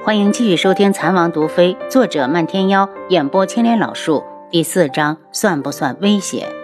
欢迎继续收听《残王毒妃》，作者漫天妖，演播青莲老树。第4章，算不算威胁？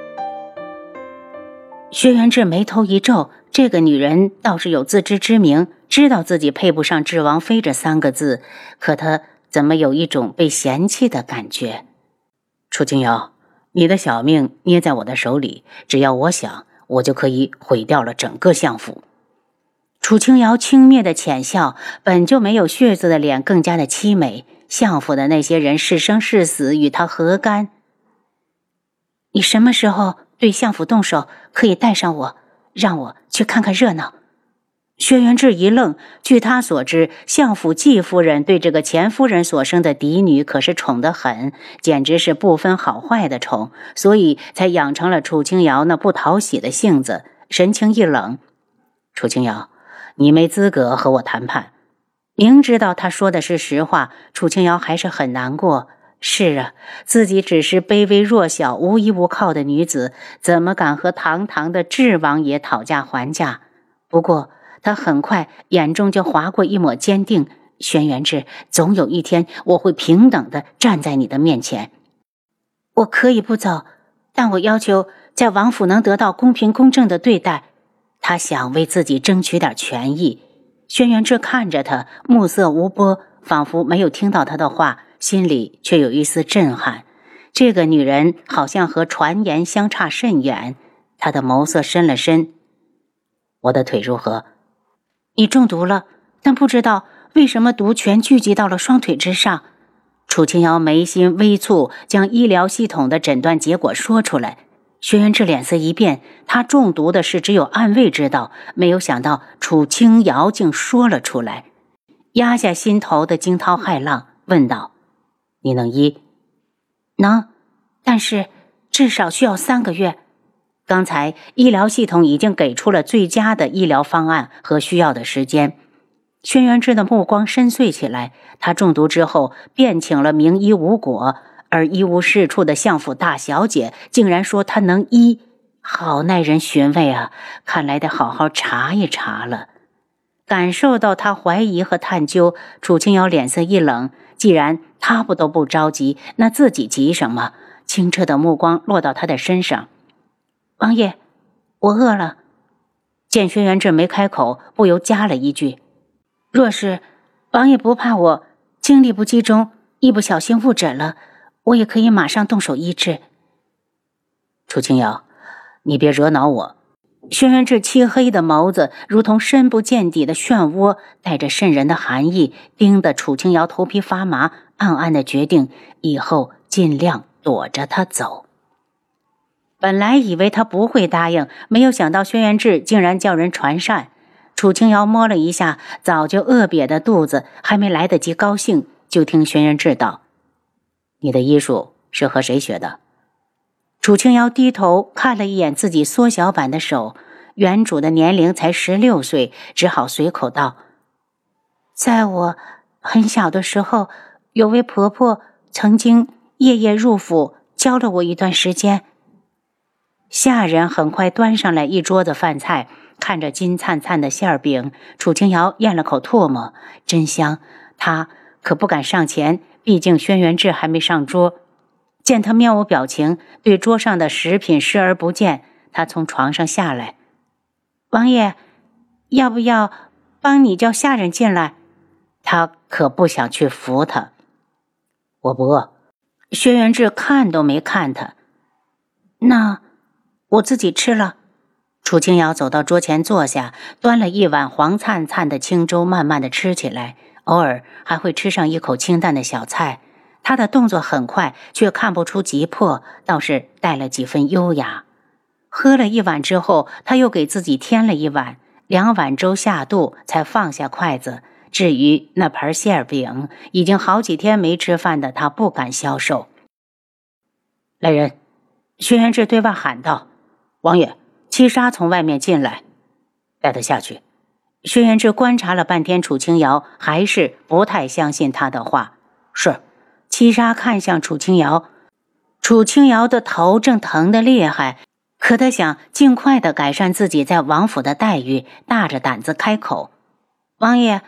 薛元志眉头一皱，这个女人倒是有自知之明，知道自己配不上智王妃这3个字，可她怎么有一种被嫌弃的感觉？楚清瑶，你的小命捏在我的手里，只要我想，我就可以毁掉了整个相府。楚清瑶轻蔑的浅笑，本就没有血色的脸更加的凄美。相府的那些人是生是死，与他何干？你什么时候对相府动手，可以带上我，让我去看看热闹。薛元志一愣，据他所知，相府季夫人对这个前夫人所生的嫡女可是宠得很，简直是不分好坏的宠，所以才养成了楚清瑶那不讨喜的性子，神情一冷。楚清瑶，你没资格和我谈判。明知道他说的是实话，楚清瑶还是很难过。是啊，自己只是卑微弱小、无依无靠的女子，怎么敢和堂堂的智王爷讨价还价？不过他很快眼中就划过一抹坚定，轩辕志，总有一天我会平等地站在你的面前。我可以不走，但我要求在王府能得到公平公正的对待。他想为自己争取点权益。轩辕志看着他，目色无波，仿佛没有听到他的话，心里却有一丝震撼。这个女人好像和传言相差甚远。他的眸色深了深。我的腿如何？你中毒了，但不知道为什么毒全聚集到了双腿之上。楚清瑶眉心微蹙，将医疗系统的诊断结果说出来。薛元志脸色一变，他中毒的事只有暗卫知道，没有想到楚清瑶竟说了出来，压下心头的惊涛骇浪，问道：你能医？能，但是至少需要3个月。刚才医疗系统已经给出了最佳的医疗方案和需要的时间。轩辕志的目光深邃起来，他中毒之后便请了名医无果，而一无是处的相府大小姐竟然说她能医，好耐人寻味啊！看来得好好查一查了。感受到他怀疑和探究，楚清瑶脸色一冷，既然他不着急，那自己急什么？清澈的目光落到他的身上。王爷，我饿了。见轩辕志没开口，不由加了一句：若是王爷不怕我精力不集中，一不小心误诊了，我也可以马上动手医治。楚清瑶，你别惹恼我。轩辕志漆黑的眸子如同深不见底的漩涡，带着渗人的寒意，盯得楚清瑶头皮发麻，暗暗的决定以后尽量躲着他走。本来以为他不会答应，没有想到轩辕志竟然叫人传膳。楚清瑶摸了一下早就饿瘪的肚子，还没来得及高兴，就听轩辕志道：你的医术是和谁学的？楚清瑶低头看了一眼自己缩小版的手，原主的年龄才16岁，只好随口道：在我很小的时候，有位婆婆曾经夜夜入府教了我一段时间。下人很快端上来一桌子饭菜，看着金灿灿的馅饼，楚清瑶咽了口唾沫，真香。她可不敢上前，毕竟轩辕志还没上桌。见他面无表情，对桌上的食品视而不见，他从床上下来：王爷，要不要帮你叫下人进来？他可不想去扶他。我不饿。轩辕志看都没看他。那我自己吃了。楚清瑶走到桌前坐下，端了一碗黄灿灿的清粥，慢慢的吃起来，偶尔还会吃上一口清淡的小菜。他的动作很快，却看不出急迫，倒是带了几分优雅。喝了一碗之后，他又给自己添了一碗，2碗粥下肚，才放下筷子。至于那盘馅饼，已经好几天没吃饭的他不敢消受。来人！轩辕志对外喊道：王爷，七杀从外面进来，带他下去。轩辕志观察了半天楚清瑶，还是不太相信他的话。是。七杀看向楚清瑶，楚清瑶的头正疼得厉害，可他想尽快地改善自己在王府的待遇，大着胆子开口：王爷，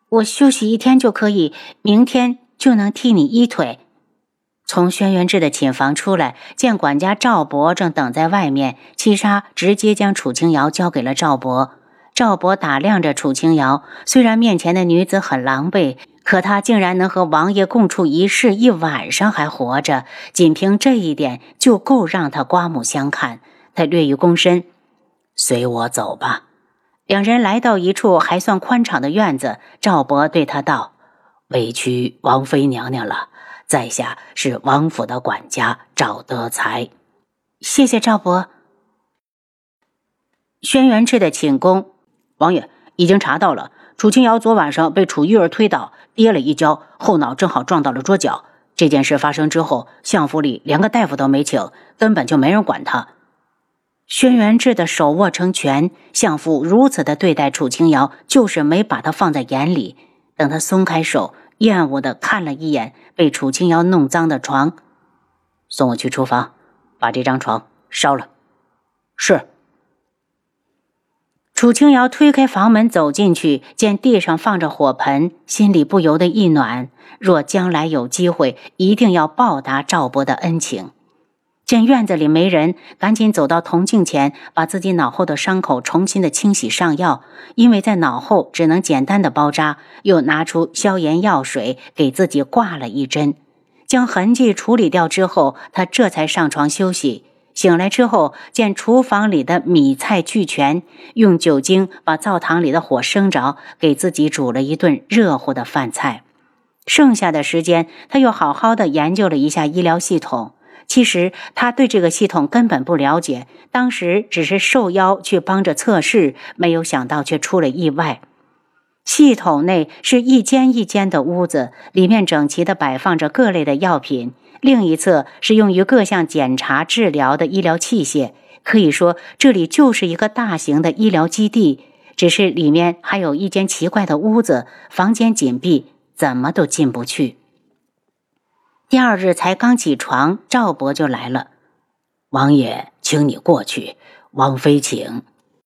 我休息1天就可以，明天就能替你医腿。从轩辕志的寝房出来，见管家赵博正等在外面，七杀直接将楚清瑶交给了赵博。赵博打量着楚清瑶，虽然面前的女子很狼狈，可她竟然能和王爷共处一室1晚上还活着，仅凭这一点就够让他刮目相看。他略一躬身，随我走吧。两人来到一处还算宽敞的院子，赵博对他道：委屈王妃娘娘了，在下是王府的管家赵德才。谢谢赵伯。轩辕志的寝宫，王爷已经查到了，楚清瑶昨晚上被楚玉儿推倒，跌了一跤，后脑正好撞到了桌角。这件事发生之后，相府里连个大夫都没请，根本就没人管他。轩辕志的手握成拳，相府如此的对待楚清瑶，就是没把他放在眼里。等他松开手，厌恶地看了一眼被楚清瑶弄脏的床，送我去厨房，把这张床烧了。是。楚清瑶推开房门走进去，见地上放着火盆，心里不由得一暖，若将来有机会，一定要报答赵伯的恩情。见院子里没人，赶紧走到铜镜前，把自己脑后的伤口重新的清洗上药，因为在脑后只能简单的包扎，又拿出消炎药水给自己挂了一针。将痕迹处理掉之后，他这才上床休息。醒来之后，见厨房里的米菜俱全，用酒精把灶堂里的火生着，给自己煮了一顿热乎的饭菜。剩下的时间，他又好好的研究了一下医疗系统。其实他对这个系统根本不了解，当时只是受邀去帮着测试，没有想到却出了意外。系统内是一间一间的屋子，里面整齐地摆放着各类的药品，另一侧是用于各项检查治疗的医疗器械。可以说这里就是一个大型的医疗基地，只是里面还有一间奇怪的屋子，房间紧闭，怎么都进不去。第二日才刚起床，赵伯就来了。王爷请你过去，王妃请。